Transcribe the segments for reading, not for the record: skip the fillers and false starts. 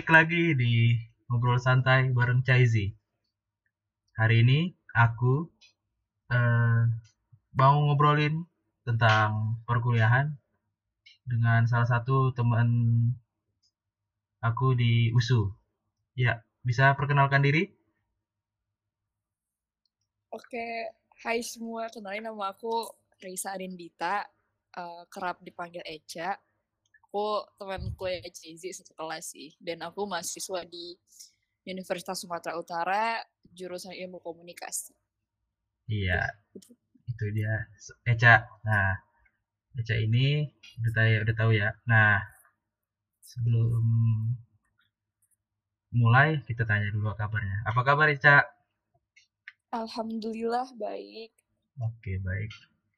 balik lagi di ngobrol santai bareng Chaizi. Hari ini aku eh, mau ngobrolin tentang perkuliahan dengan salah satu teman aku di USU. Ya, bisa perkenalkan diri? Oke, hai semua. Kenalin nama aku Reisa Anindita, kerap dipanggil Eca. Aku teman kuliah Cizi satu kelas sih, dan aku mahasiswa di Universitas Sumatera Utara, jurusan Ilmu Komunikasi. Iya, Udah, gitu. itu dia Eca. Nah, Eca ini udah tahu ya. Nah, sebelum mulai kita tanya dulu kabarnya. Apa kabar Eca? Alhamdulillah baik. Oke, baik.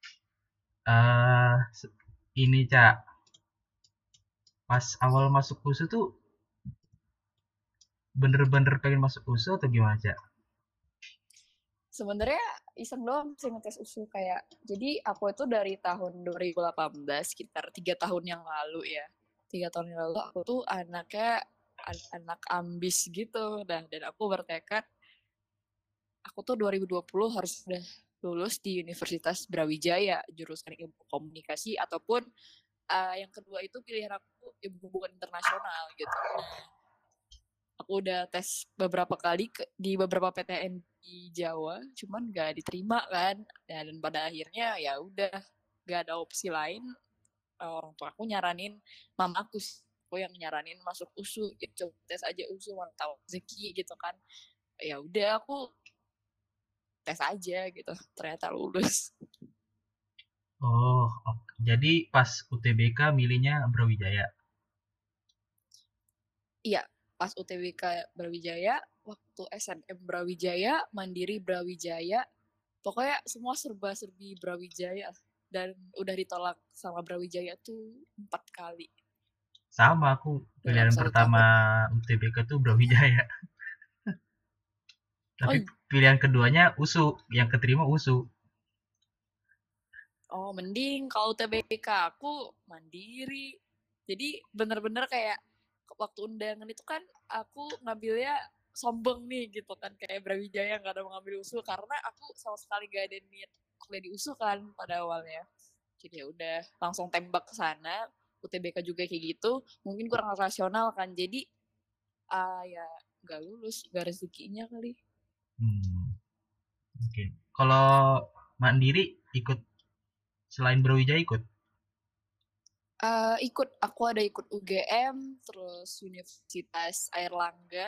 eh ini Cak, pas awal masuk USU tuh bener-bener pengen masuk USU atau gimana Cak? Sebenarnya iseng doang sih ngetes USU kayak. Jadi aku itu dari tahun 2018, sekitar 3 tahun yang lalu ya. 3 tahun yang lalu aku tuh anaknya anak ambis gitu. Dan aku bertekad aku tuh 2020 harus udah lulus di Universitas Brawijaya jurusan ilmu komunikasi ataupun yang kedua itu pilihan aku ilmu hubungan internasional gitu. Nah, aku udah tes beberapa kali di beberapa PTN di Jawa, cuman gak diterima kan. Dan pada akhirnya ya udah gak ada opsi lain. Orang tua aku nyaranin, mamaku aku yang nyaranin masuk USU, ya, coba tes aja USU, mana tahu rezeki gitu kan. Ya udah aku tes aja gitu, ternyata lulus. Oh, jadi pas UTBK milihnya Brawijaya. Iya, pas UTBK Brawijaya, waktu SNM Brawijaya, Mandiri Brawijaya, pokoknya semua serba-serbi Brawijaya. Dan udah ditolak sama Brawijaya tuh 4 kali Sama aku dalam pilihan satu pertama tahun. UTBK tuh Brawijaya. Oh, Tapi pilihan keduanya USU, yang keterima USU. oh mending kalau UTBK aku Mandiri. Jadi bener-bener kayak waktu undangan itu kan aku ngambilnya sombong nih gitu kan, kayak Brawijaya nggak ada mau ngambil USU karena aku sama sekali gak ada niat kuliah di USU kan pada awalnya. Jadi ya udah langsung tembak ke sana. UTBK juga kayak gitu, mungkin kurang rasional kan, jadi ya nggak lulus, nggak rezekinya kali. Hmm, oke. Kalau Mandiri ikut selain Brawijaya ikut. Ikut, aku ada ikut UGM, terus Universitas Airlangga,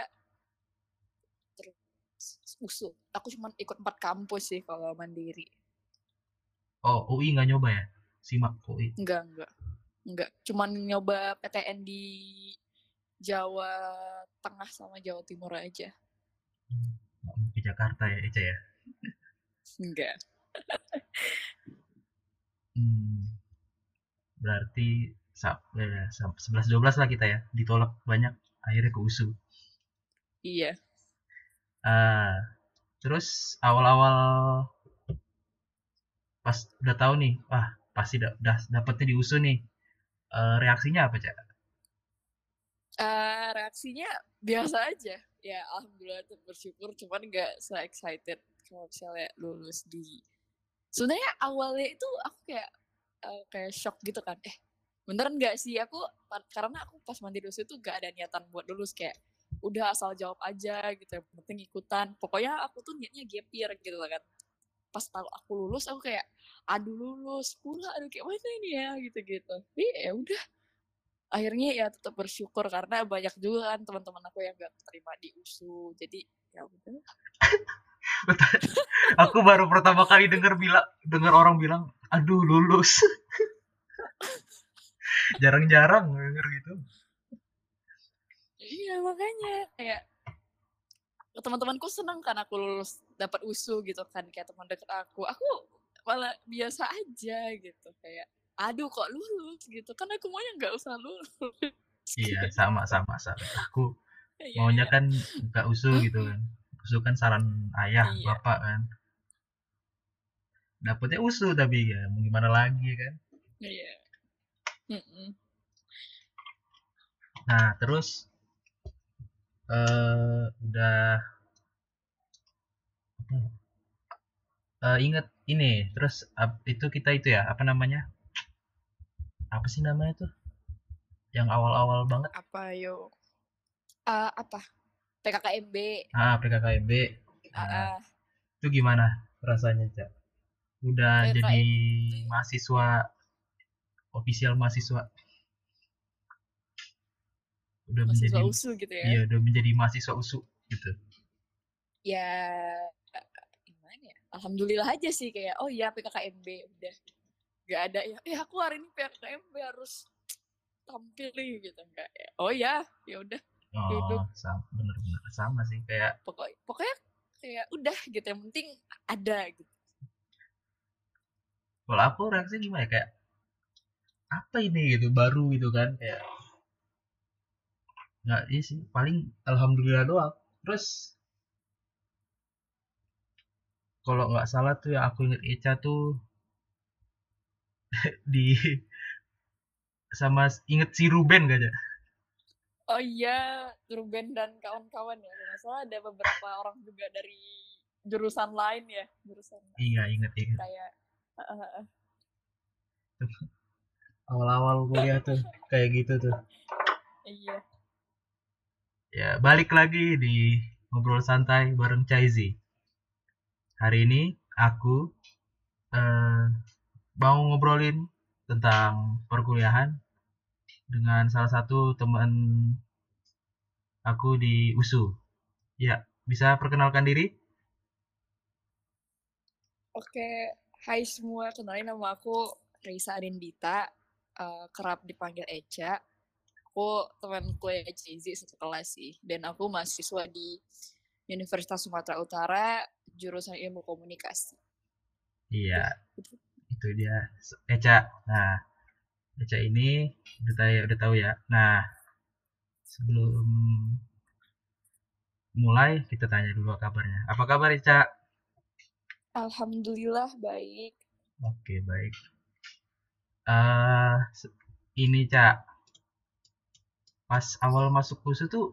terus USU. Aku cuma ikut 4 kampus sih kalau mandiri. Oh, UI nggak nyoba ya? Simak UI. Enggak, enggak. Cuman nyoba PTN di Jawa Tengah sama Jawa Timur aja. Nggak mau ke Jakarta ya, Eca ya? Enggak. Hmm, berarti 11-12 lah kita ya. Ditolak banyak, akhirnya ke USU. Iya. Ah, terus awal-awal pas udah tahu nih, wah pasti udah dapetnya di USU nih. Reaksinya apa, Cak? Reaksinya biasa aja. Ya, alhamdulillah tuh bersyukur, cuman nggak se-excited kalau misalnya lulus di. Sebenarnya awalnya itu aku kayak shock gitu kan. Beneran nggak sih aku, karena aku pas mandiri lulus itu gak ada niatan buat lulus, kayak udah asal jawab aja gitu, yang penting ikutan. Pokoknya aku tuh niatnya gap year gitu kan. Pas tahu aku lulus aku kayak aduh lulus pula, aduh kayak mana ini ya gitu-gitu. Tapi ya udah, akhirnya ya tetap bersyukur karena banyak juga kan teman-teman aku yang gak terima di USU. Jadi ya udah. Aku baru pertama kali dengar orang bilang, aduh lulus. Jarang-jarang denger gitu. Iya makanya kayak teman-temanku senang kan aku lulus dapat USU gitu kan, kayak teman deket aku malah biasa aja gitu, kayak aduh kok lulus gitu kan, aku maunya nggak usah lulus. Iya, sama-sama sama. Aku Iya, maunya iya. kan nggak USU gitu kan. USU kan saran ayah, Iya, bapak kan. Dapetnya USU tapi ya mau gimana lagi kan. iya. Mm-mm. Nah, terus Udah apa ya, inget ini, terus itu kita itu ya, apa namanya, apa sih namanya tuh, yang awal-awal banget, Apa yo? Apa? PKKMB. PKKMB. Nah, Ah, itu gimana rasanya, Cak? Udah jadi PKKMB itu mahasiswa, official mahasiswa, udah mahasiswa menjadi, USU gitu ya. iya udah menjadi mahasiswa USU gitu. Ya gimana ya? Alhamdulillah aja sih kayak oh ya PKKMB udah gak ada ya. Aku hari ini PKKMB harus tampil nih gitu enggak ya. Oh ya, ya udah Oh, duduk sama, bener-bener sama sih kayak, pokoknya kayak udah gitu yang penting ada gitu. kalau aku reaksi gimana ya, kayak apa ini gitu, baru gitu kan, kayak nggak, iya sih paling alhamdulillah doang. Terus kalau nggak salah tuh yang aku inget Eca tuh di sama, inget si Ruben gak aja? Oh iya, Ruben dan kawan-kawan ya. Kalau nggak salah ada beberapa orang juga dari jurusan lain ya, jurusan Iya, inget inget. kayak uh, Awal-awal kuliah tuh kayak gitu tuh. iya. Ya, balik lagi di ngobrol santai bareng Chaizi. Hari ini aku eh, mau ngobrolin tentang perkuliahan dengan salah satu teman aku di USU. Ya, bisa perkenalkan diri? Oke, hai semua, kenalin nama aku Reisa Arindita, kerap dipanggil Eca. Aku teman kuliah Cizi satu kelas sih, dan aku mahasiswa di Universitas Sumatera Utara, jurusan Ilmu Komunikasi. Iya, Udah, gitu. itu dia Eca. Nah, Eca ini udah tahu ya. Nah, sebelum mulai kita tanya dulu kabarnya. Apa kabar Eca? Alhamdulillah baik. Oke, baik. eh ini Cak, pas awal masuk USU tuh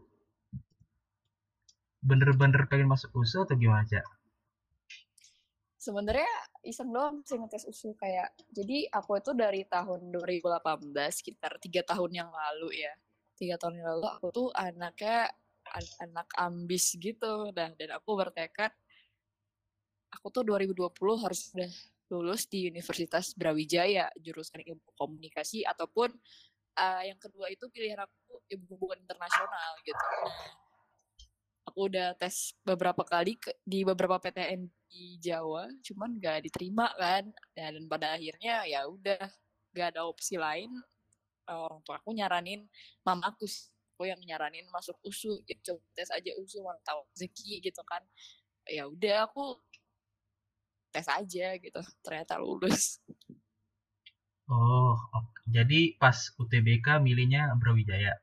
bener-bener pengen masuk USU atau gimana Cak? Sebenarnya iseng doang sih ngetes USU kayak. Jadi aku itu dari tahun 2018 sekitar 3 tahun yang lalu ya. 3 tahun yang lalu aku tuh anaknya anak ambis gitu. Nah, dan aku bertekad aku tuh 2020 harus udah lulus di Universitas Brawijaya jurusan Ilmu Komunikasi ataupun yang kedua itu pilihan aku Ilmu Hubungan Internasional gitu. Nah, aku udah tes beberapa kali di beberapa PTN di Jawa, cuman gak diterima kan. Ya, dan pada akhirnya ya udah gak ada opsi lain. Orang tua aku nyaranin, mamaku aku yang nyaranin masuk USU, gitu. Tes aja USU, mana tahu rezeki gitu kan. Ya udah aku tes aja gitu, ternyata lulus. Oh, jadi pas UTBK milihnya Brawijaya.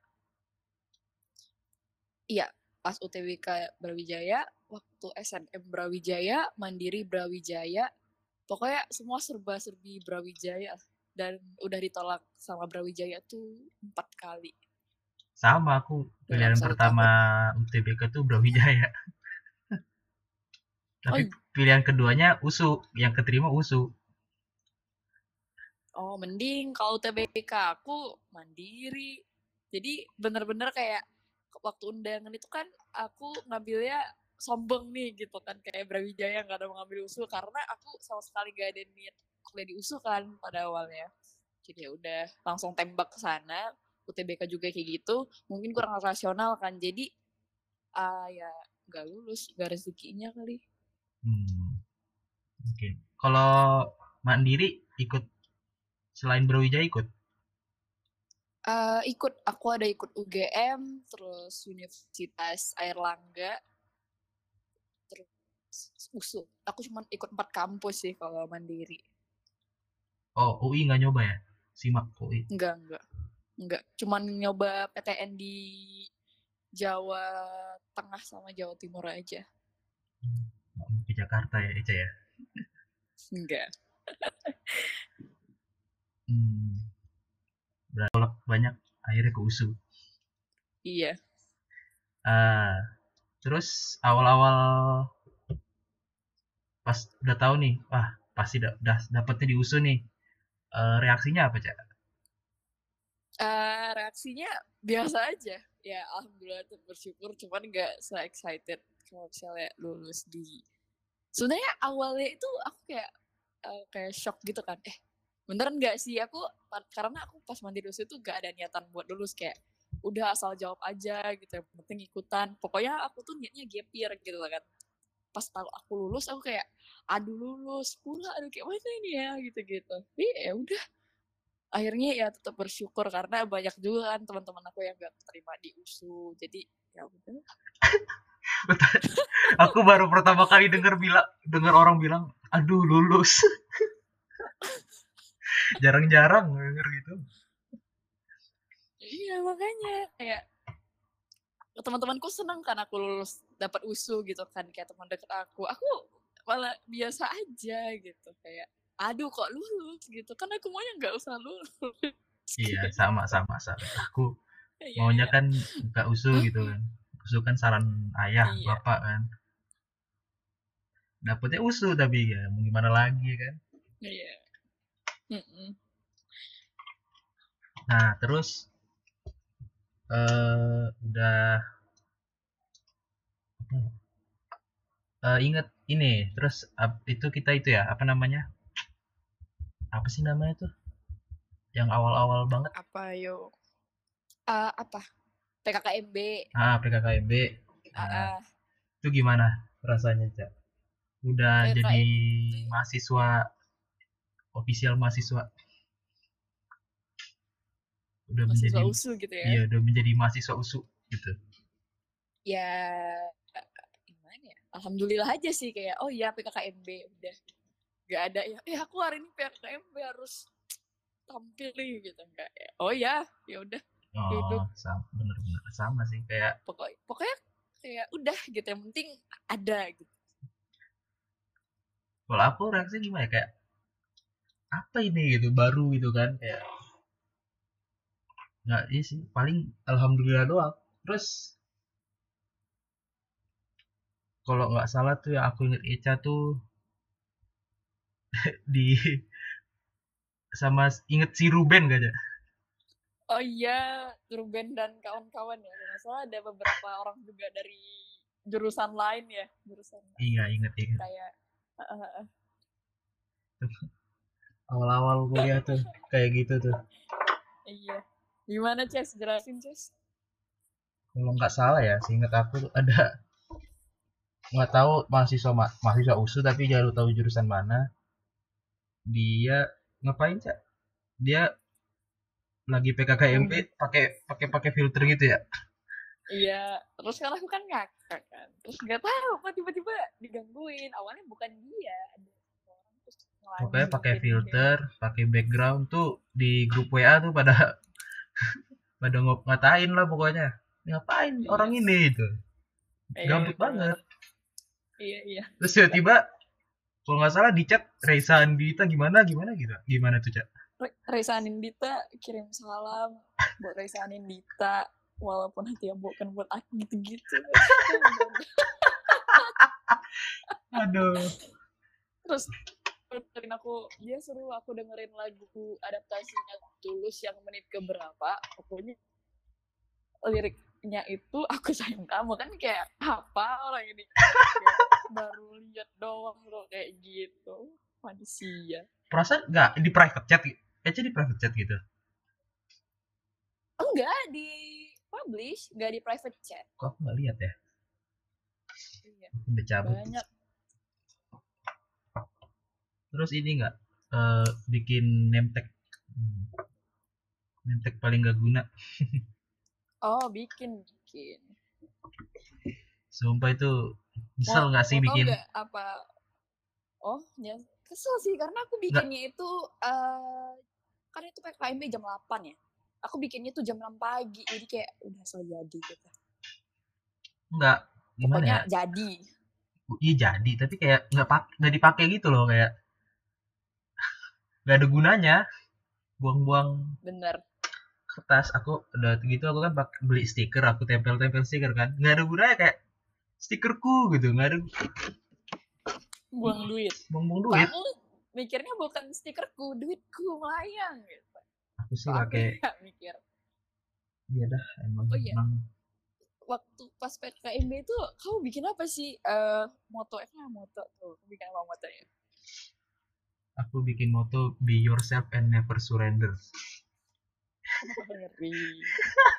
Iya, pas UTBK Brawijaya, waktu SNM Brawijaya, Mandiri Brawijaya, pokoknya semua serba-serbi Brawijaya dan udah ditolak sama Brawijaya tuh 4 kali Sama aku, dalam pilihan satu pertama tahun. UTBK tuh Brawijaya. Tapi Oh, pilihan keduanya USU, yang keterima USU. oh mending kalau UTBK aku Mandiri. Jadi bener-bener kayak waktu undangan itu kan aku ngambilnya sombong nih gitu kan kayak Brawijaya nggak ada mau ngambil USU karena aku sama sekali gak ada niat kuliah di USU kan pada awalnya. Jadi ya udah langsung tembak ke sana. UTBK juga kayak gitu, mungkin kurang rasional kan. Jadi ya nggak lulus, nggak rezekinya kali. Hmm, mungkin. Kalau Mandiri ikut, selain Brawijaya ikut. Ikut, aku ada ikut UGM, terus Universitas Airlangga, terus USU. Aku cuma ikut 4 kampus sih kalau mandiri. Oh, UI nggak nyoba ya? Simak UI. Enggak. Enggak. Cuman nyoba PTN di Jawa Tengah sama Jawa Timur aja. Nggak mau ke Jakarta ya, Eca ya? Enggak. Hmm, berarti banyak akhirnya ke USU. Iya. Ah, terus awal-awal pas udah tahu nih, wah pasti udah dapetnya di USU nih. Reaksinya apa, Cak? Reaksinya biasa aja. Ya alhamdulillah tuh bersyukur, cuman nggak se-excited kalau misalnya lulus di. Sebenarnya awalnya itu aku kayak shock gitu kan. Beneran nggak sih aku, karena aku pas mandi lulus itu gak ada niatan buat lulus, kayak udah asal jawab aja gitu, yang penting ikutan. Pokoknya aku tuh niatnya gap year gitu kan. Pas tahu aku lulus aku kayak aduh lulus pula, aduh kayak mana ini ya gitu-gitu. Tapi ya udah, akhirnya ya tetap bersyukur karena banyak juga kan teman-teman aku yang gak terima di USU, jadi ya udah. Aku baru pertama kali denger orang bilang, aduh lulus. Jarang-jarang denger gitu. Iya makanya kayak teman-temanku seneng kan aku lulus dapat USU gitu kan, kayak teman deket aku malah biasa aja gitu, kayak aduh kok lulus gitu kan, aku maunya nggak usah lulus. Iya, Gitu. sama. Aku Iya maunya iya. kan buka USU gitu kan. USU kan saran ayah, Iya bapak kan. Dapetnya USU tapi ya mau gimana lagi kan. iya. Mm-mm. Nah, terus udah inget ini, terus itu kita itu ya, apa namanya? Apa sih namanya tuh? Yang awal-awal banget. Apa yo, apa PKKMB. PKKMB. Nah, uh, itu gimana rasanya, Cak? Udah jadi PKKMB mahasiswa, official mahasiswa, udah menjadi, mahasiswa USU gitu ya. iya udah menjadi mahasiswa USU gitu. Ya gimana ya, alhamdulillah aja sih, kayak oh ya PKKMB udah gak ada ya aku hari ini PKKMB harus tampil nih gitu, enggak ya, oh ya udah Oh, duduk, sama, bener-bener sama sih kayak pokoknya kayak udah gitu, yang penting ada gitu. kalau aku reaksi gimana ya, kayak apa ini gitu baru gitu kan, kayak nggak, iya sih paling alhamdulillah doang. Terus kalau nggak salah tuh yang aku inget Eca tuh di sama inget si Ruben gak aja. Oh iya, Ruben dan kawan-kawan ya. Kalau salah ada beberapa orang juga dari jurusan lain ya, jurusan Iya, inget kayak uh, awal-awal kuliah tuh kayak gitu tuh. iya. Gimana Ces? Jelasin Ces. Kalau nggak salah ya, seingat aku tuh ada, nggak tahu mahasiswa USU tapi jarang tahu jurusan mana. Dia ngapain sih? Dia lagi PKKMB Udah. pakai pakai pakai filter gitu ya. Iya, terus kan aku kan ngakak kan. Terus nggak tahu kok tiba-tiba digangguin. Awalnya bukan dia, ada orang terus Pokoknya pakai ngelanjutin kayak filter, pakai background tuh di grup WA tuh pada pada ngatain lah pokoknya. Ngapain orang iya. ini itu? Iya Gabut benar. banget. Iya iya. Terus tiba-tiba kalau nggak salah di chat Reza Andita gimana gimana gitu. Gimana tuh, Cak? Reza Anindita kirim salam buat Reza Anindita, walaupun hati yang bukan buat aku gitu-gitu. Aduh. Terus dengerin aku, dia suruh aku dengerin lagu adaptasinya Tulus yang menit keberapa, pokoknya liriknya itu aku sayang kamu, kan kayak apa orang ini, kayak baru lihat doang loh kayak gitu, manusia. Perasaan nggak di private chat, Ece di private chat gitu. Enggak di publish, enggak di private chat. Kok aku nggak lihat ya? Iya, Udah cabut. banyak. Terus ini nggak bikin name tag, name tag paling gak guna. Oh bikin. Sumpah itu mau nyesel nggak sih mau tau bikin? nggak apa, oh ya kesel sih karena aku Nggak, bikinnya itu kan itu PKKMB jam 8 ya, aku bikinnya tuh jam 6 pagi, jadi kayak udah so jadi gitu, nggak gimana pokoknya ya? jadi. Iya jadi, tapi kayak nggak dipakai gitu loh, kayak nggak ada gunanya, buang-buang Bener kertas. Aku udah gitu aku kan beli stiker, aku tempel-tempel stiker kan. Nggak ada gunanya kayak stikerku gitu, nggak ada Buang duit. buang-buang duit. Kamu mikirnya bukan stikerku, duitku melayang gitu. Aku sih Kalau aku pakai ya mikir, iya dah emang oh iya, emang waktu pas PKMB itu kamu bikin apa sih? Moto tuh, bikin apa motonya? aku bikin moto be yourself and never surrender. Ngeri.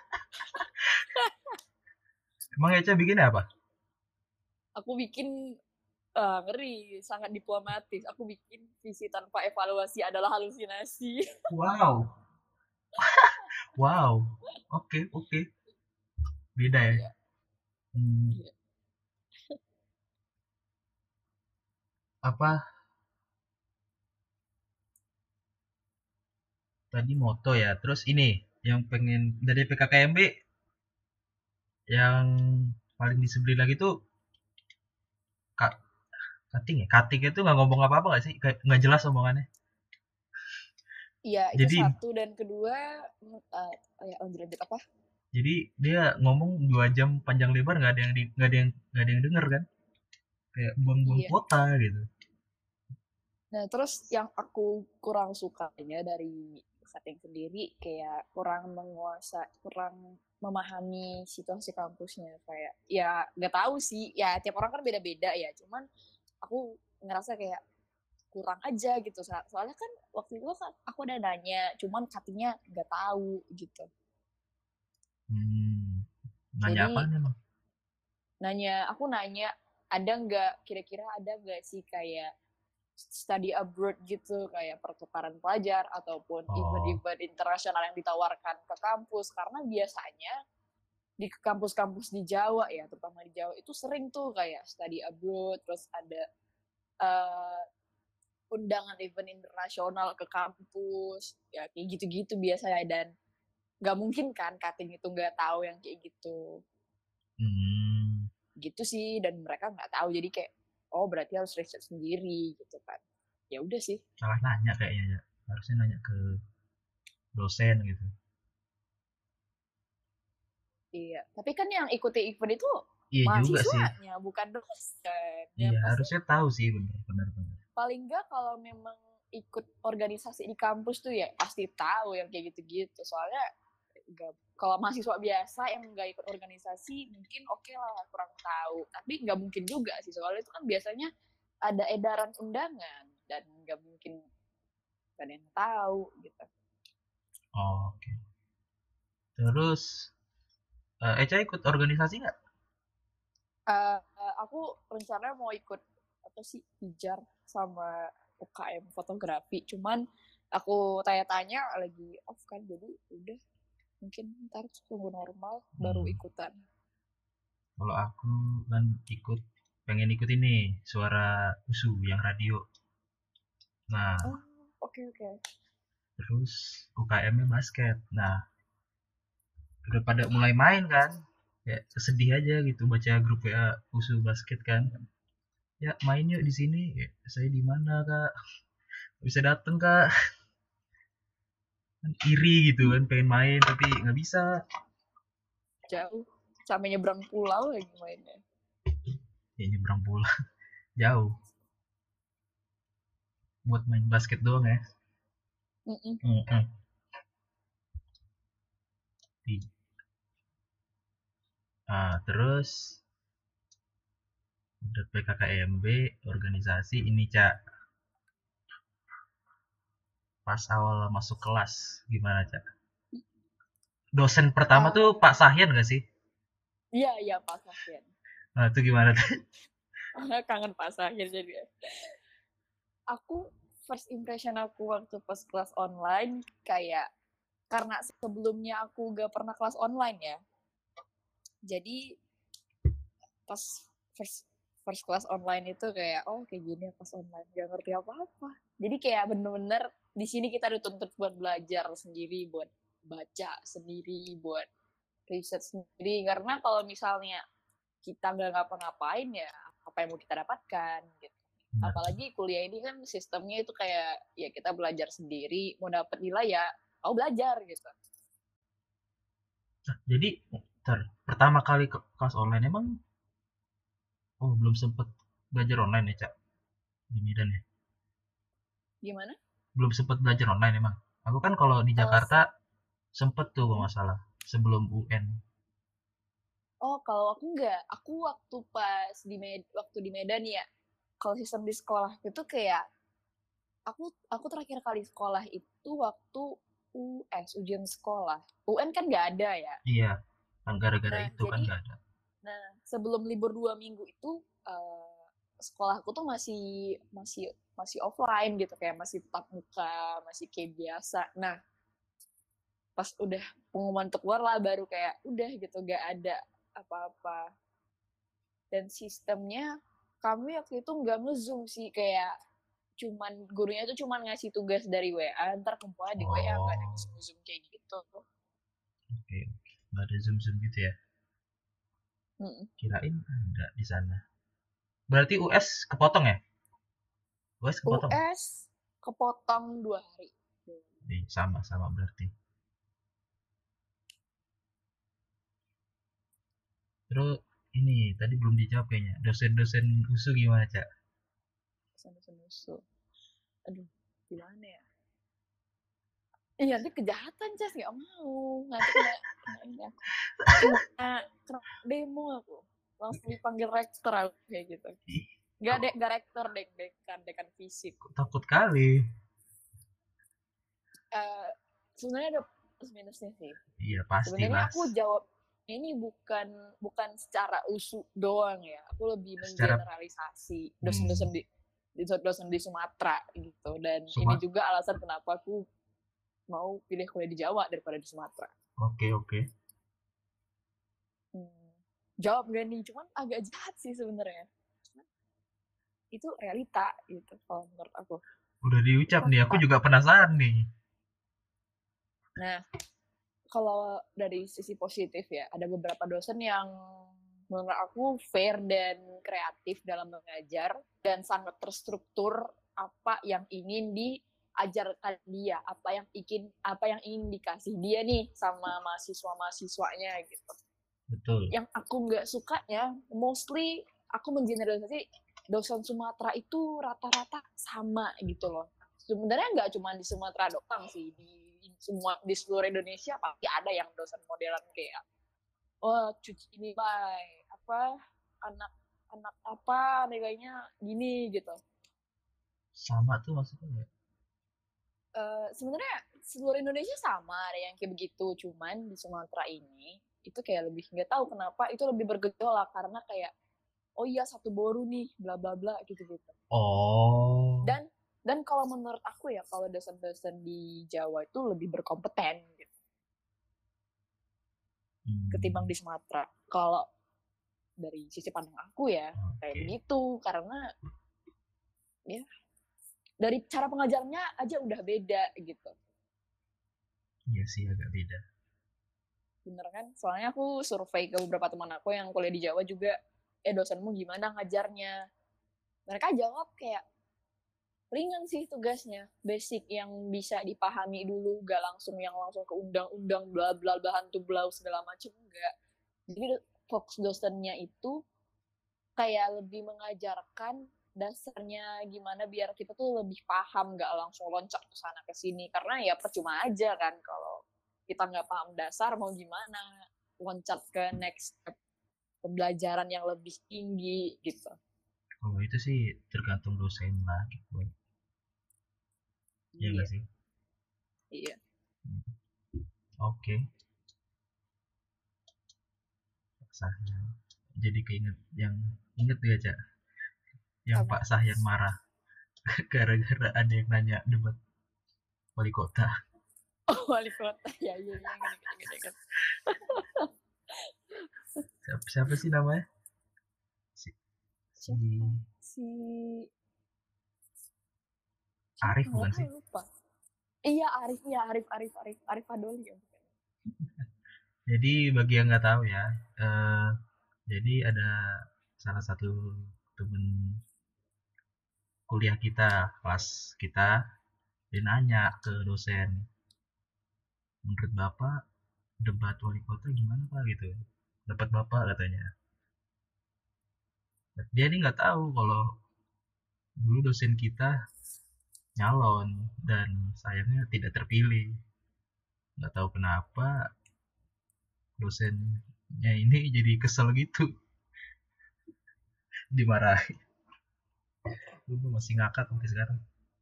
Emang Eca bikinnya apa? Aku bikin ngeri, sangat diplomatis. Aku bikin visi tanpa evaluasi adalah halusinasi. Wow, wow. Oke, oke. Beda ya. Iya, Hmm, iya. apa tadi moto ya? Terus ini yang pengen dari PKKMB yang paling disebelin lagi tuh Kak Kating ya? Kating itu nggak ngomong apa-apa nggak sih? Kayak nggak jelas omongannya. Iya, itu Jadi satu dan kedua ya lanjut apa? jadi dia ngomong 2 jam panjang lebar nggak ada yang denger kan? Kayak buang-buang Iya. kuota gitu. Nah, terus yang aku kurang sukanya dari setting sendiri kayak kurang memahami situasi kampusnya kayak ya nggak tahu sih ya tiap orang kan beda-beda ya cuman aku ngerasa kayak kurang aja gitu soalnya kan waktu itu kan aku udah nanya cuman katanya nggak tahu gitu Hmm, nanya apa jadi emang? aku nanya ada nggak kira-kira ada nggak sih kayak study abroad gitu kayak pertukaran pelajar ataupun Oh, event-event internasional yang ditawarkan ke kampus karena biasanya di kampus-kampus di Jawa ya terutama di Jawa itu sering tuh kayak study abroad terus ada uh, undangan event internasional ke kampus ya kayak gitu-gitu biasanya dan nggak mungkin kan cutting itu nggak tahu yang kayak gitu hmm, gitu sih dan mereka nggak tahu jadi kayak oh berarti harus riset sendiri gitu kan ya udah sih. salah nanya kayaknya ya. Harusnya nanya ke dosen gitu. Iya, tapi kan yang ikuti event itu Iya juga sih. mahasiswanya, bukan dosen. Ya Iya, pasti harusnya tahu sih benar benar benar. paling nggak kalau memang ikut organisasi di kampus tuh ya pasti tahu yang kayak gitu-gitu. Soalnya gak, kalau mahasiswa biasa yang nggak ikut organisasi mungkin oke lah kurang tahu. Tapi nggak mungkin juga sih soalnya itu kan biasanya ada edaran undangan dan nggak mungkin gak ada yang tahu gitu. Oh, oke. Terus Eca ikut organisasi nggak? Aku rencananya mau ikut apa sih pijar sama UKM fotografi cuman aku tanya-tanya lagi off kan jadi udah mungkin ntar tunggu normal baru Hmm, ikutan. kalau aku kan pengen ikut ini suara USU yang radio. Nah, Oh oke oke. terus UKM-nya basket. Nah, udah pada mulai main kan? Ya sedih aja gitu baca grup WA USU basket kan. Ya main yuk di sini. Ya, saya di mana kak? Bisa dateng kak? Kan iri gitu kan pengen main tapi nggak bisa. Jauh sampai nyebrang pulau lagi mainnya. Ya nyebrang pulang jauh buat main basket doang ya. Mm-mm. Mm-mm. Nah, terus udah PKKMB organisasi ini cak pas awal masuk kelas gimana cak? Dosen pertama tuh uh, Pak Sahyan gak sih? iya iya Pak Sahir. Nah, itu gimana tuh? Kangen Pak Sahir jadi aku first impression aku waktu pas kelas online kayak karena sebelumnya aku gak pernah kelas online ya jadi pas first first class online itu kayak oh kayak gini ya kelas online gak ngerti apa-apa jadi kayak bener-bener di sini kita dituntut buat belajar sendiri buat baca sendiri buat riset sendiri karena kalau misalnya kita nggak ngapa-ngapain ya apa yang mau kita dapatkan gitu Benar. apalagi kuliah ini kan sistemnya itu kayak ya kita belajar sendiri mau dapat nilai ya mau belajar gitu Jadi, pertama kali ke kelas online emang oh belum sempet belajar online ya, Cak, di Medan ya? Gimana? Belum sempet belajar online emang? Aku kan kalau di Eh, Jakarta sempet tuh kalau mm-mm. nggak salah, sebelum UN. Oh, kalau aku enggak. Aku waktu pas waktu di Medan ya, kalau sistem di sekolah itu kayak aku terakhir kali sekolah itu waktu ujian sekolah. UN kan nggak ada ya. Iya, kan gara-gara Nah, itu kan jadi nggak ada. sebelum libur 2 minggu itu sekolahku tuh masih masih masih offline gitu, kayak masih tatap muka, masih kayak biasa. Nah, pas udah pengumuman untuk keluar lah baru kayak udah gitu, gak ada apa-apa. Dan sistemnya kami waktu itu nggak nge-zoom sih, kayak gurunya itu cuman ngasih tugas dari WA, ntar kumpulnya di WA, nggak ada Oh, nge-zoom kayak gitu. oke, oke. Nggak ada zoom-zoom gitu ya? Mm. Kirain ada di sana. Berarti US kepotong ya? US kepotong? US kepotong 2 hari. Sama-sama berarti. Terus ini tadi belum dijawab kayaknya. Dosen-dosen USU gimana, Cak? Nusu. Aduh, gimana ya? Iya, nanti kejahatan, Cas. Nggak mau. Nanti kena ini aku. Kena demo aku. Langsung dipanggil rektor aku, kayak gitu. Ih, Nggak rektor, dekan fisik. kok takut kali. Eh Sebenarnya ada plus minusnya sih. Iya, Sebenarnya pastilah. aku jawab ini bukan bukan secara usu doang ya. Aku lebih Secara menggeneralisasi hmm, dosen di Sumatera gitu. Dan ini Sumat. juga alasan kenapa aku mau pilih kuliah di Jawa daripada di Sumatera. Oke, oke. Hmm, Jawab gak nih? Cuman agak jahat sih sebenarnya. Itu realita gitu kalau menurut aku. Udah Itu diucap nih, aku fakta. juga penasaran nih. Nah, kalau dari sisi positif ya, ada beberapa dosen yang menurut aku fair dan kreatif dalam mengajar dan sangat terstruktur apa yang ingin diajarkan dia, apa yang ingin dikasih dia nih sama mahasiswa-mahasiswanya gitu. Betul. Yang aku nggak suka ya, mostly aku mengeneralisasi dosen Sumatera itu rata-rata sama gitu loh. Sebenarnya nggak cuma di Sumatera doang sih, di seluruh Indonesia pasti ada yang dosen modelan kayak cuci nilai apa, anak anak apa nilainya gini gitu. Sama tuh maksudnya ya? Sebenarnya seluruh Indonesia sama ada yang kayak begitu, cuman di Sumatera ini itu kayak lebih nggak tahu kenapa itu lebih bergejolak karena kayak oh iya satu boru nih bla bla bla gitu gitu. Oh. Dan kalau menurut aku ya, kalau dosen-dosen di Jawa itu lebih berkompeten gitu ketimbang Hmm, di Sumatera. Kalau dari sisi pandang aku ya kayak oke. begitu, karena ya dari cara pengajarnya aja udah beda gitu. Iya sih agak beda. Bener kan? Soalnya aku survei ke beberapa teman aku yang kuliah di Jawa juga, dosenmu gimana ngajarnya? Mereka jawab kayak ringan sih tugasnya, basic yang bisa dipahami dulu, gak langsung ke undang-undang bla bla bahan tuh bla segala macam, enggak. Jadi fokus dosennya itu kayak lebih mengajarkan dasarnya gimana biar kita tuh lebih paham, gak langsung loncat ke sana ke sini, karena ya percuma aja kan kalau kita nggak paham dasar, mau gimana loncat ke next step pembelajaran yang lebih tinggi gitu. Kalau itu sih tergantung dosen lah gitu. Iya nggak Iya, sih? iya. Oke, sahnya. Jadi keinget yang inget gak Cak? Yang Apa? Pak Sahyan marah gara-gara ada yang nanya debat wali kota. Oh, wali kota. Ya, iya, iya, ingat. Siapa sih namanya? Si, si Siapa? Si siapa? Arif Nggak bukan tahu, sih? lupa. Iya, Arif Adoli ya. Jadi bagi yang nggak tahu ya, eh, jadi ada salah satu temen kuliah kita, kelas kita, dia nanya ke dosen, menurut Bapak debat wali kota gimana pak gitu, dapat bapak katanya. Dia ini nggak tahu kalau dulu dosen kita nyalon dan sayangnya tidak terpilih. Nggak tahu kenapa dosennya ini jadi kesel gitu, dimarahi. Dulu masih ngakak sampai sekarang.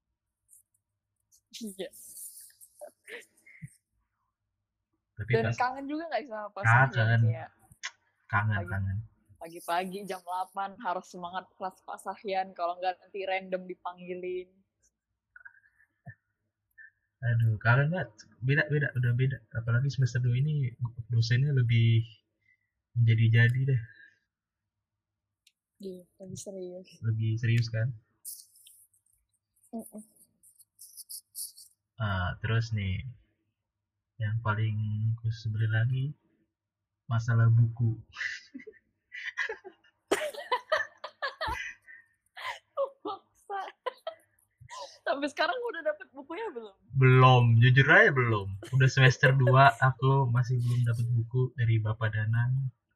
Iya. Tapi Dan pas kangen juga gak sih sama pas Sahyan kangen, kayak kangen, pagi kangen. pagi-pagi jam 8 harus semangat kelas Pak Sahyan, kalau nggak nanti random dipanggilin. Aduh, kangen banget. Beda, beda, udah beda. Apalagi semester 2 ini dosennya lebih menjadi-jadi deh. Iya, lebih serius. Lebih serius kan. Mm-mm. Terus nih, yang paling khusus sebelin lagi, masalah buku. Maksa. Sampai sekarang udah dapet bukunya belum? Belum, jujur aja belum. Udah semester 2, aku masih belum dapat buku dari Bapak Danan.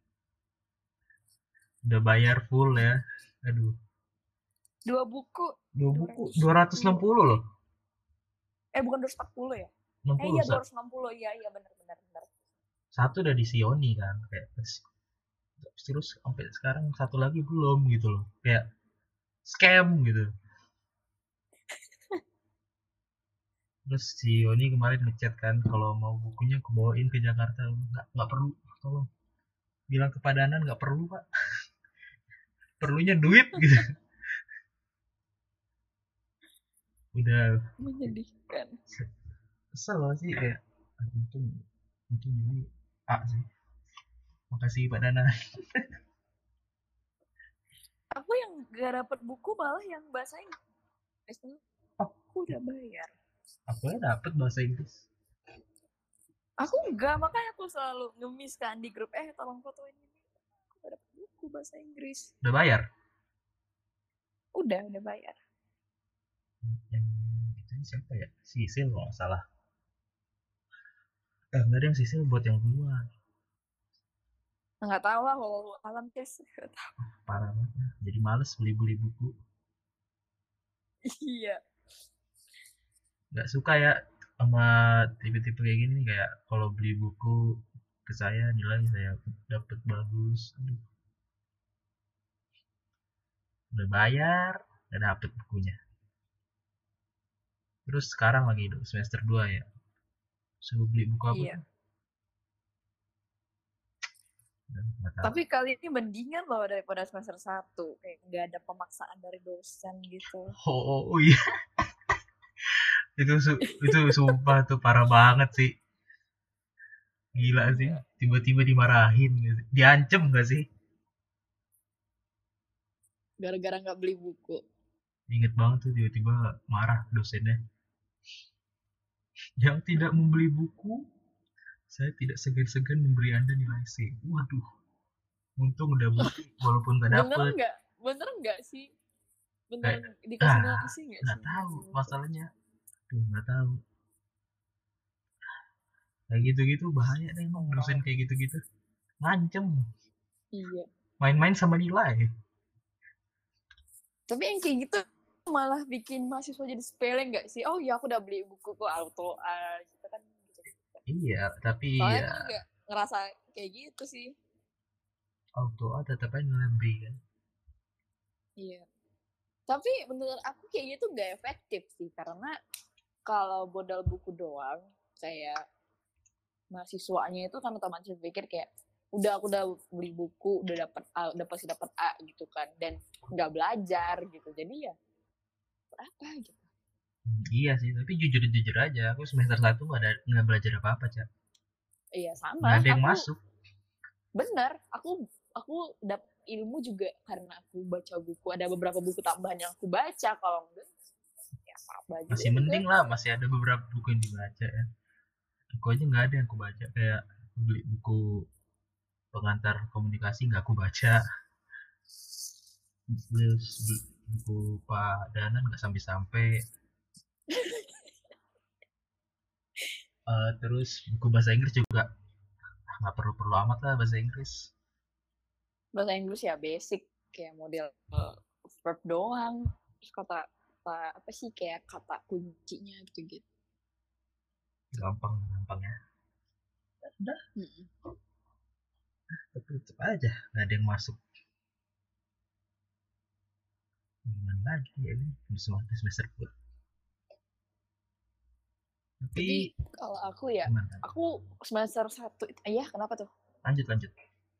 Udah bayar full ya. Aduh, Dua buku, dua buku 260. 260 loh. Bukan 240 ya? 60. Iya 260, iya benar benar benar. Satu udah di Sioni kan, kayak terus sampai sekarang satu lagi belum gitu loh. Kayak scam gitu. Terus si Yoni kemarin ngechat kan kalau mau bukunya aku bawain ke Jakarta. Nggak perlu, tolong bilang ke Padanan nggak perlu pak, perlunya duit gitu. Udah Menyedihkan. kesel sih kayak untung untung ini A sih, makasih Pak Dana. Aku yang gak dapet buku malah yang bahasa Inggris. Aku udah bayar. Aku ya dapet bahasa Inggris. Aku enggak, makanya aku selalu ngemis kan di grup, tolong fotoin ini. Aku gak dapet buku bahasa Inggris. Udah bayar? Udah bayar. Yang itu siapa ya? Sisil kalau nggak salah. Nggak ada yang Sisil buat yang keluar. Nggak tahu lah kalau alam tes. Parah banget. Jadi males beli buku. Iya. Nggak suka ya sama tipe-tipe kayak gini, kayak kalau beli buku ke saya nilai saya dapat bagus. Aduh, udah bayar udah dapet bukunya. Terus sekarang lagi semester 2 ya, suruh beli buku apa Iya. tuh? Tapi kali ini mendingan loh daripada semester 1. Kayak nggak ada pemaksaan dari dosen gitu. Oh iya. itu sumpah tuh parah banget sih. Gila sih, tiba-tiba dimarahin gitu. Diancem gak sih? Gara-gara nggak beli buku. Ingat banget tuh tiba-tiba marah dosennya. Yang tidak membeli buku, saya tidak segan-segan memberi Anda nilai C. Waduh, untung udah bukti walaupun gak dapet. Bener nggak sih? Kayak, Bener dikasih nilai C nggak nggak sih? tahu masalahnya. Tuh nggak tahu. Kayak gitu-gitu bahaya deh emang dosen kayak gitu-gitu. Ngancem. Iya. Main-main sama nilai. Tapi yang kayak gitu malah bikin mahasiswa jadi sepele nggak sih? Oh iya aku udah beli buku kok auto gitu kan. Iya, tapi Soalnya ya aku juga ngerasa kayak gitu sih. auto A tetap aja nilai B kan. Iya. Tapi menurut aku kayak gitu nggak efektif sih, karena kalau modal buku doang, kayak mahasiswanya itu kan otomatis pikir kayak aku udah beli buku, udah pasti dapat A gitu kan, dan nggak belajar gitu. Jadi ya apa gitu. Iya sih, tapi jujur-jujur aja, aku semester 1 nggak belajar apa-apa, Cak. Iya sama, Nggak ada yang aku masuk. bener, aku dapet ilmu juga karena aku baca buku. Ada beberapa buku tambahan yang aku baca, kalau enggak ya apa juga. Masih mending lah, masih ada beberapa buku yang dibaca ya. Aku aja nggak ada yang aku baca, kayak beli buku pengantar komunikasi nggak aku baca. Terus buku Pak Danan nggak sampai-sampai. Terus buku bahasa Inggris juga nggak perlu amat lah bahasa Inggris. Bahasa Inggris ya basic kayak model verb doang. Terus kata apa sih kayak kata kuncinya gitu-gitu. Gampang gampang ya. Udah, Mm-mm. tapi tetep aja nggak ada yang masuk. Gimana lagi ya ini semester pun. Tapi Tapi kalau aku ya, gimana? aku semester 1 iya kenapa tuh? Lanjut lanjut.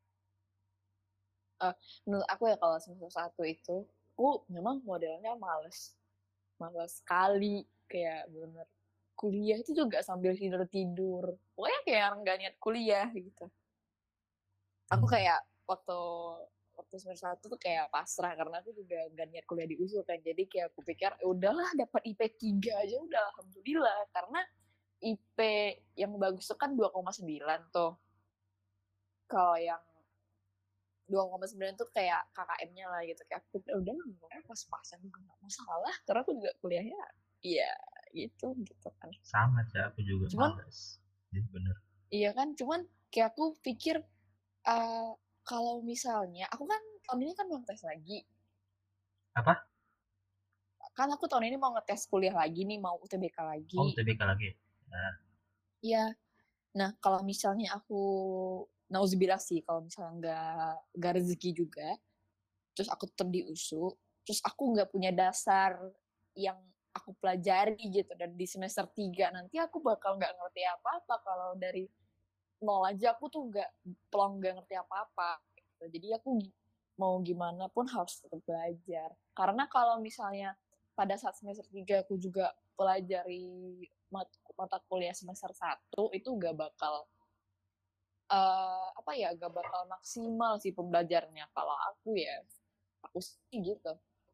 Menurut aku ya kalau semester 1 itu aku memang modelnya males sekali kayak bener kuliah itu juga sambil tidur tidur pokoknya kayak nggak niat kuliah gitu. Aku Hmm. kayak waktu waktu semester 1 tuh kayak pasrah karena aku juga gak niat kuliah di USU kan, jadi kayak aku pikir udahlah dapat IP 3 aja udah alhamdulillah, karena IP yang bagus tuh kan 2,9 tuh. Kalau yang 2,9 tuh kayak KKM-nya lah gitu, kayak aku pikir udah nggak pas-pasan juga nggak masalah karena aku juga kuliahnya iya gitu kan. Sama aja aku juga Cuman males. Jadi bener. iya kan, cuman kayak aku pikir uh, kalau misalnya aku kan tahun ini kan mau tes lagi, Apa? kan aku tahun ini mau ngetes kuliah lagi nih, mau UTBK Oh, lagi. UTBK lagi. Nah, Iya. Nah, kalau misalnya aku nauzubillah sih, kalau misalnya nggak rezeki juga, terus aku tetap di USU, terus aku nggak punya dasar yang aku pelajari gitu, dan di semester 3 nanti aku bakal nggak ngerti apa-apa kalau dari nol aja aku tuh nggak ngerti apa-apa gitu. Jadi aku mau gimana pun harus tetap belajar. Karena kalau misalnya pada saat semester 3 aku juga pelajari mata kuliah semester 1 itu gak bakal apa ya, gak bakal maksimal sih pembelajarannya kalau aku ya. Aku sih gitu.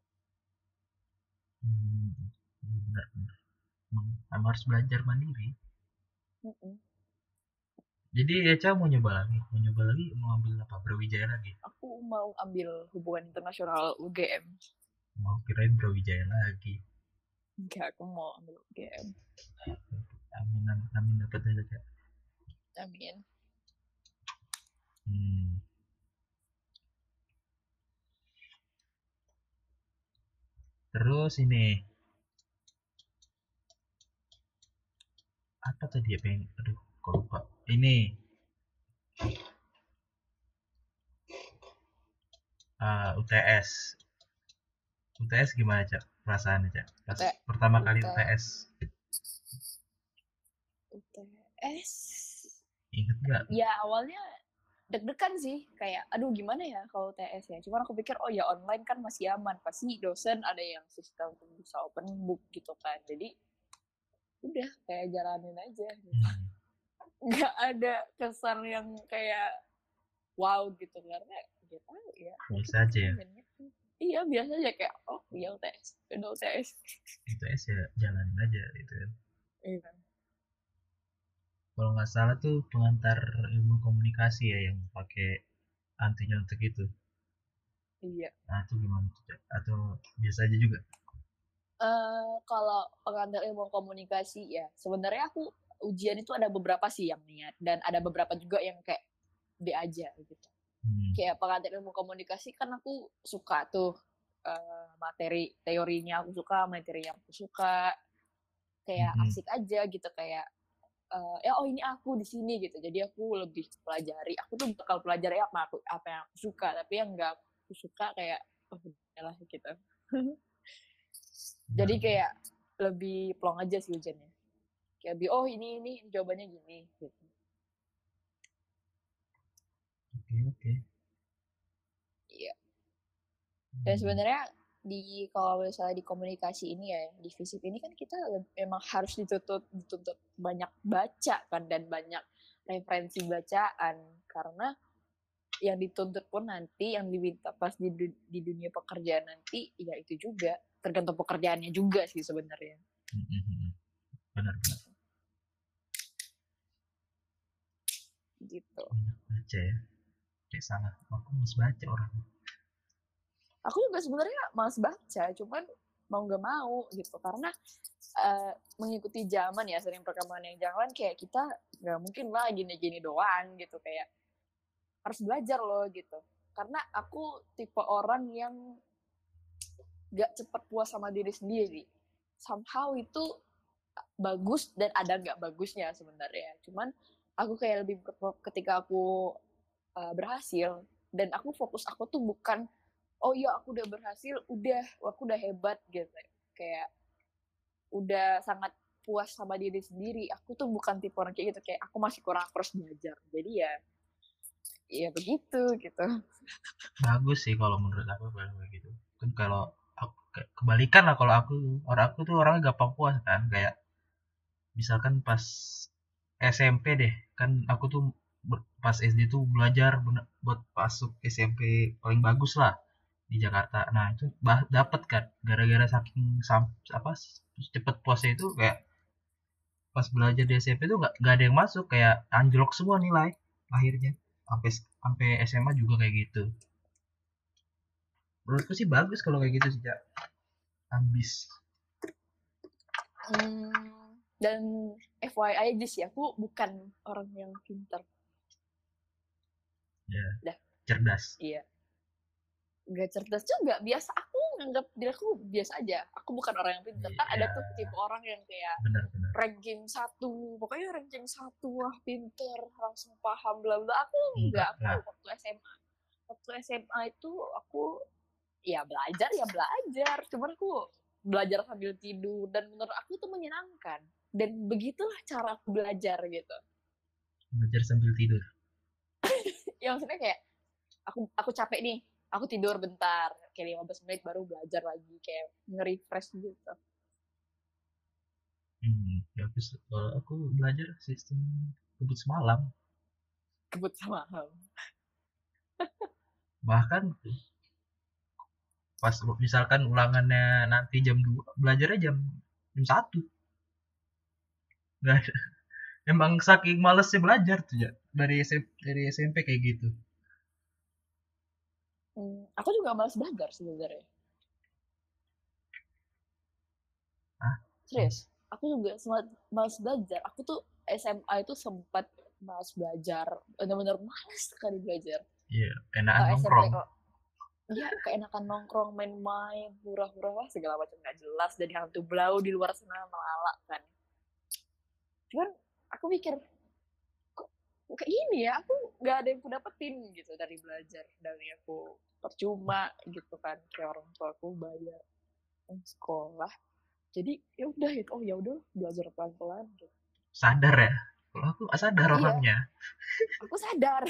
hmm, bener bener. Emang harus belajar mandiri. Mm-mm. Jadi Eca mau nyoba lagi, mau ambil apa? Brawijaya lagi. Aku mau ambil hubungan internasional UGM. Mau kirain Brawijaya lagi. Enggak, aku mau ambil UGM. Amin amin, amin dapat aja. Amin. Hmm. Terus ini apa tadi ya pengen? Aduh, kok lupa. Ini UTS. UTS gimana cak? Perasaannya cak? Pas UT, pertama kali UT, UTS, UTS. inget nggak? Ya awalnya deg-degan sih, kayak aduh gimana ya kalau UTS ya. Cuman aku pikir oh ya online kan masih aman, pasti dosen ada yang sistem bisa open book gitu kan. Jadi udah kayak jalanin aja gitu. Hmm. Nggak ada kesan yang kayak wow gitu karena gitu ya. Biasa aja ya. Iya biasa aja kayak oh ya UTS, udah UTS. UTS ya jalanin aja gitu kan. Iya. Kalau nggak salah tuh pengantar ilmu komunikasi ya yang pakai anti nyontek itu. Iya. Nah itu gimana tuh cak? Atau biasa aja juga? Kalau pengantar ilmu komunikasi ya sebenarnya aku ujian itu ada beberapa sih yang niat dan ada beberapa juga yang kayak B aja gitu. Hmm. Kayak pengantar ilmu komunikasi kan aku suka tuh materi teorinya aku suka, materinya aku suka, kayak Hmm. asik aja gitu kayak ya oh ini aku di sini gitu. Jadi aku lebih pelajari, aku tuh bakal pelajari apa yang aku suka, tapi yang enggak aku suka kayak oh lah gitu. Jadi Benar. kayak lebih plong aja sih ujiannya. Kayak lebih oh ini jawabannya gini gitu. Oke oke. Iya. Dan Hmm. sebenarnya kalau misalnya di komunikasi ini ya, di FISIP ini kan kita memang harus dituntut banyak baca kan dan banyak referensi bacaan, karena yang dituntut pun nanti yang diminta pas di dunia pekerjaan nanti ya itu juga tergantung pekerjaannya juga sih sebenarnya. Hmm. Benar benar. Gitu. Banyak baca ya. Kayak salah. Aku harus baca orang. Aku juga sebenarnya malas baca, cuman mau nggak mau gitu, karena mengikuti zaman ya, sering perkembangan yang zaman, kayak kita nggak mungkin lah gini-gini doang gitu, kayak harus belajar loh gitu. Karena aku tipe orang yang gak cepat puas sama diri sendiri. Somehow itu bagus dan ada nggak bagusnya sebenarnya. Cuman aku kayak lebih ketika aku berhasil, dan aku fokus aku tuh bukan oh ya aku udah berhasil, aku udah hebat gitu. Kayak udah sangat puas sama diri sendiri. Aku tuh bukan tipe orang kayak gitu, kayak aku masih kurang, aku harus belajar. Jadi ya begitu gitu. Bagus sih kalau menurut aku kayak gitu. Kan kalau kebalikan lah, kalau aku tuh orangnya gampang puas kan, kayak misalkan pas SMP deh, kan aku tuh pas SD tuh belajar buat masuk SMP paling bagus lah di Jakarta. Nah itu dapet kan, gara-gara saking apa cepet puasnya itu, kayak pas belajar di SMP tuh nggak ada yang masuk, kayak anjlok semua nilai akhirnya, sampai sampai SMA juga kayak gitu. Menurutku sih bagus kalau kayak gitu sih, Cak. Ambis. Dan FYI aja sih, aku bukan orang yang pintar. Ya, Dah, cerdas. iya. Gak cerdas juga, biasa. Aku nganggap diri aku biasa aja. Aku bukan orang yang pintar. Kan ada Iya, tuh tipe orang yang kayak benar-benar. ranking 1, pokoknya ranking 1, wah pinter, langsung paham, bla bla. Aku Enggak enggak, lah. aku waktu SMA itu aku ya belajar, cuman aku belajar sambil tidur, dan menurut aku itu menyenangkan, dan begitulah cara aku belajar gitu. Belajar sambil tidur. Ya maksudnya kayak aku capek nih, aku tidur bentar kayak 15 menit baru belajar lagi, kayak nge-refresh gitu. Ya aku belajar sistem kebut semalam. Kebut sama hal. Bahkan pas misalkan ulangannya nanti jam 2, belajarnya jam 1. Nggak ada. Emang saking malesnya belajar tuh ya. Dari SMP kayak gitu. Aku juga malas belajar sebenarnya. Ah, Serius, aku juga sempat malas belajar. Aku tuh SMA itu sempat malas belajar, benar-benar malas sekali belajar. iya, enakan SMP nongkrong. kok, dia keenakan nongkrong, main-main, hura-hura lah segala macam nggak jelas, dari hantu blau di luar sana melala kan. Cuman aku mikir, kok kayak gini ya, aku nggak ada yang aku dapetin gitu dari belajar, dari aku percuma gitu kan, kayak orang tua aku bayar sekolah, jadi ya udah gitu, oh ya udah belajar pelan-pelan gitu. Sadar ya. Kalau aku nggak sadar Iya, orangnya. aku sadar.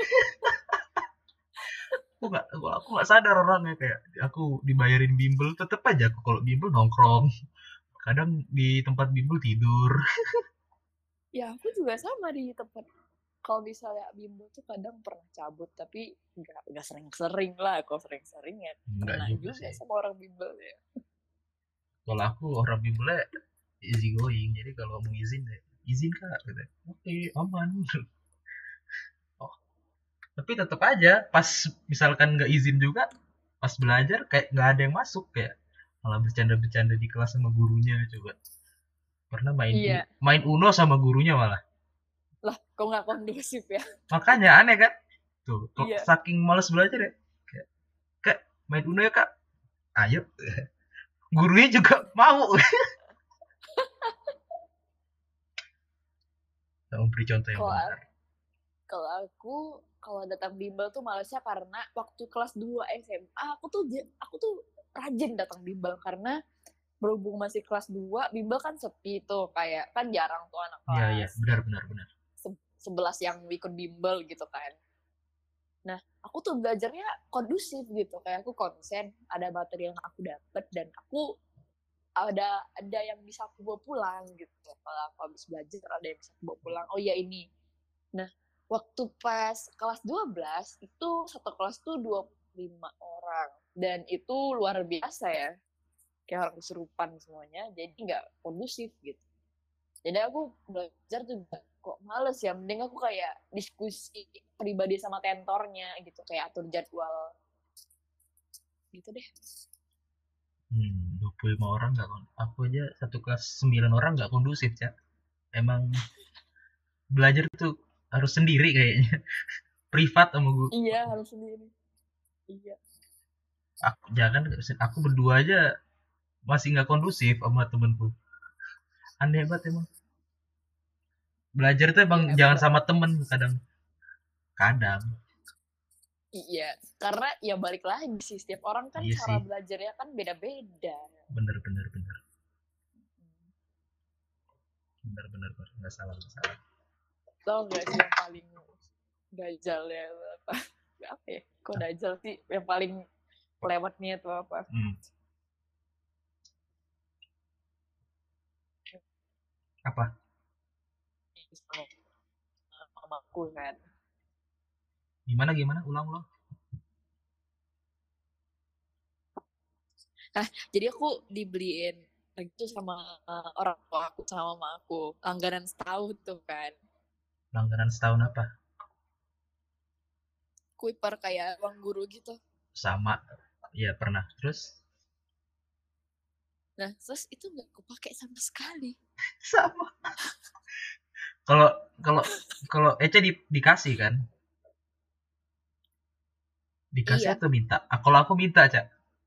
Aku nggak sadar orangnya, kayak aku dibayarin bimbel tetep aja aku kalau bimbel nongkrong. Kadang di tempat bimbel tidur. Ya aku juga sama di tempat, kalau misalnya bimbel tuh kadang pernah cabut, tapi nggak sering-sering lah. Kalau sering-sering ya Enggak kena juga juga sih. sama orang bimbel ya. Kalau aku orang bimbelnya easy going, jadi kalau mau izin ya izin kak gitu. Oke, aman. Oh, tapi tetap aja pas misalkan nggak izin juga, pas belajar kayak nggak ada yang masuk, kayak malah bercanda-bercanda di kelas sama gurunya. Coba pernah Iya main Uno sama gurunya malah. lah, kok nggak kondusif ya. Makanya aneh kan, tuh kok Iya. saking males belajar ya, kayak kak main Uno ya kak, ayo. Gurunya juga mau. Memberi contoh yang kalau benar. kalau aku kalau datang bimbel tuh malesnya karena waktu kelas 2 SMA aku tuh rajin datang bimbel, karena berhubung masih kelas 2 bimbel kan sepi tuh, kayak kan jarang tuh anak Iya iya, kelas benar benar benar. 11 yang ikut bimbel gitu kan. Nah, aku tuh belajarnya kondusif gitu, kayak aku konsen, ada materi yang aku dapet, dan aku ada yang bisa aku bawa pulang gitu. Kalau aku habis belajar ada yang bisa aku bawa pulang. Oh ya ini. Nah, waktu pas kelas 12 itu satu kelas tuh 25 orang, dan itu luar biasa ya. Kayak orang kesurupan semuanya, jadi nggak kondusif gitu. Jadi aku belajar tuh kok males ya, mending aku kayak diskusi pribadi sama tentornya gitu, kayak atur jadwal gitu deh. 25 orang nggak aku aja satu kelas 9 orang nggak kondusif, Cak. Emang belajar tuh harus sendiri kayaknya. Privat sama guru. Iya, harus sendiri. Iya. Aku, jangan aku berdua aja masih nggak kondusif sama temenku. Aneh banget emang. Belajar tuh emang Iya, jangan sama temen kadang. Kadang. iya. Karena ya balik lagi sih, setiap orang kan Iya cara sih. belajarnya kan beda-beda. Bener bener bener. Bener bener bener. Nggak salah nggak salah. Tau gak sih yang paling dajal ya apa? Apa ya? Kok dajal sih? Yang paling lewatnya itu apa? Hmm. Apa? Sama mamaku kan. Gimana gimana? Ulang ulang. Nah, jadi aku dibeliin itu sama orang tua aku sama mama aku langganan setahun tuh kan. Langganan setahun apa? Kuiper kayak uang guru gitu. Sama. Ya pernah. Terus? Nah, terus itu nggak kepake sama sekali. Sama. Kalau kalau kalau Ece dikasih kan? Dikasih Iya. atau minta? Kalau aku minta, Cak.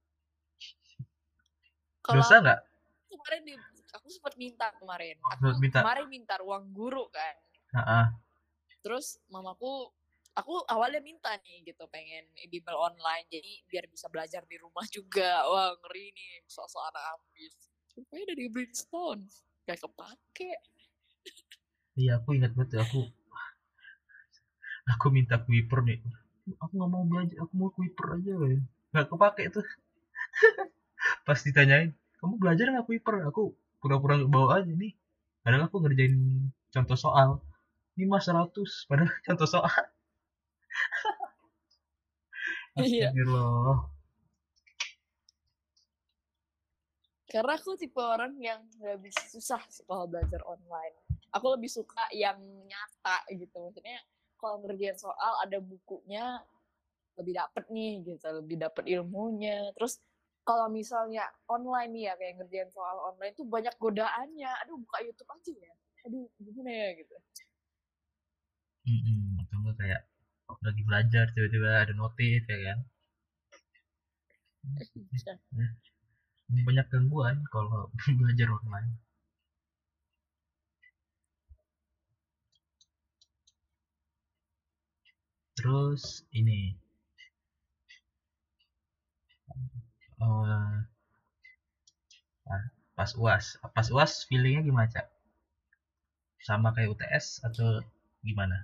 Kalau Dosa nggak? kemarin aku sempat minta kemarin. Oh, Aku minta. kemarin minta ruang guru kan. Heeh. Terus mamaku, aku awalnya minta nih gitu, pengen bimbel online jadi biar bisa belajar di rumah juga. Wah, ngeri nih, soal anak ambis. Rupanya udah dibeliin setahun, gak kepake. Iya, aku ingat betul. Aku minta Kuiper nih. Aku nggak mau belajar, aku mau Kuiper aja ya. Nggak kepake tuh. Pas ditanyain, kamu belajar nggak Kuiper? Aku pura-pura nggak bawa aja nih. Padahal aku ngerjain contoh soal. Ini mas 100, padahal contoh soal. Iya, Astagfirullah. karena aku tipe orang yang gak bisa susah kalau belajar online. Aku lebih suka yang nyata gitu, maksudnya kalau ngerjain soal ada bukunya lebih dapet nih gitu, lebih dapet ilmunya. Terus kalau misalnya online nih ya, kayak ngerjain soal online tuh banyak godaannya. Aduh, buka YouTube aja ya. Aduh, gimana ya gitu. Atau enggak kayak lagi belajar tiba-tiba ada notif ya kan. Banyak gangguan kalau belajar online. Terus ini eh pas uas feelingnya gimana, Cak? Sama kayak UTS atau gimana?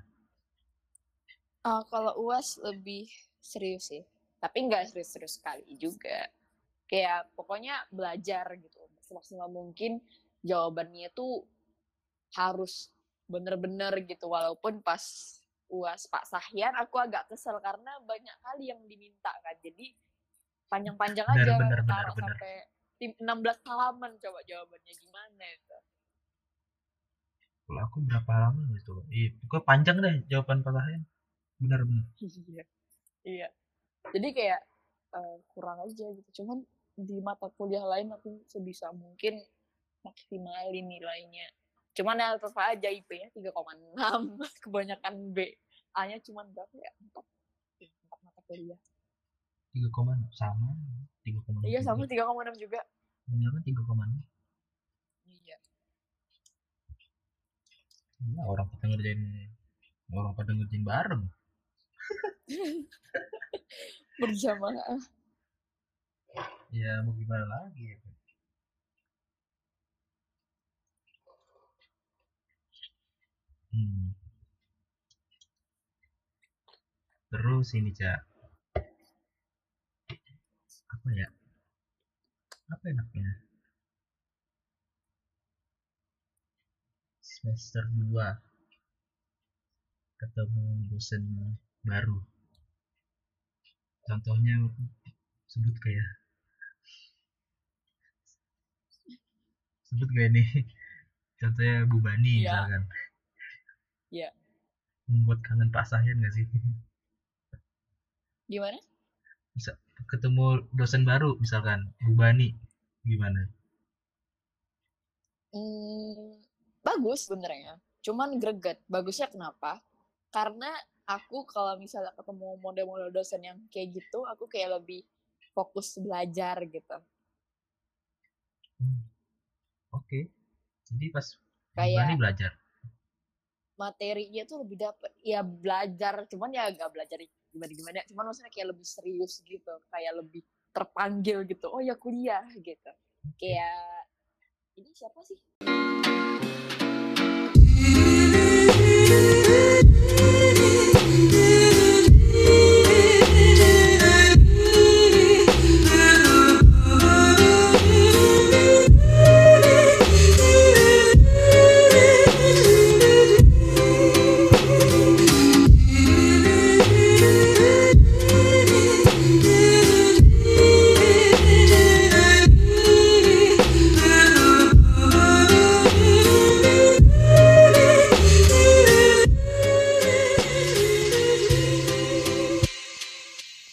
Kalau UAS lebih serius sih. Tapi nggak serius-serius sekali juga. Kayak pokoknya belajar gitu. Semaksimal mungkin jawabannya tuh harus bener-bener gitu. Walaupun pas UAS Pak Sahyan aku agak kesel karena banyak kali yang diminta kan. Jadi panjang-panjang Benar aja benar benar taruh benar. sampai 16 halaman coba jawabannya gimana itu. Kalau aku berapa halaman gitu. Iya, pokoknya panjang deh jawaban pertanyaan. Benar benar. Iya. Iya. Jadi kayak kurang aja gitu. Cuman di mata kuliah lain aku sebisa mungkin maksimalin nilainya. Cuman ya tetap aja IP-nya 3,6. Kebanyakan B. A-nya cuman berapa ya? 4. 4 mata kuliah. 3, sama 3,6 Iya juga. sama 3,6 juga. Benar kan 3,6. Iya. Iya, orang pada ngerjain bareng. Berjamaah. Ya mau gimana lagi ya. Hmm. Terus ini, Cak, apa ya? Apa enaknya? Semester 2 ketemu dosen baru. Contohnya sebut kayak sebut kayak nih. Contohnya Bu Bani Iya. misalkan. Iya. Membuat kangen Pak Sahyan nggak sih? Gimana? Bisa ketemu dosen baru misalkan Bu Bani. Gimana? Bagus sebenarnya. Cuman greget. Bagusnya kenapa? Karena aku kalau misalnya ketemu model-model dosen yang kayak gitu, aku kayak lebih fokus belajar gitu. Oke. Jadi pas gimana nih Kayak belajar? materinya tuh lebih dapet. Ya belajar, cuman ya gak belajar gimana-gimana. Cuman maksudnya kayak lebih serius gitu. Kayak lebih terpanggil gitu. Oh ya kuliah gitu. Oke. Kayak, ini siapa sih?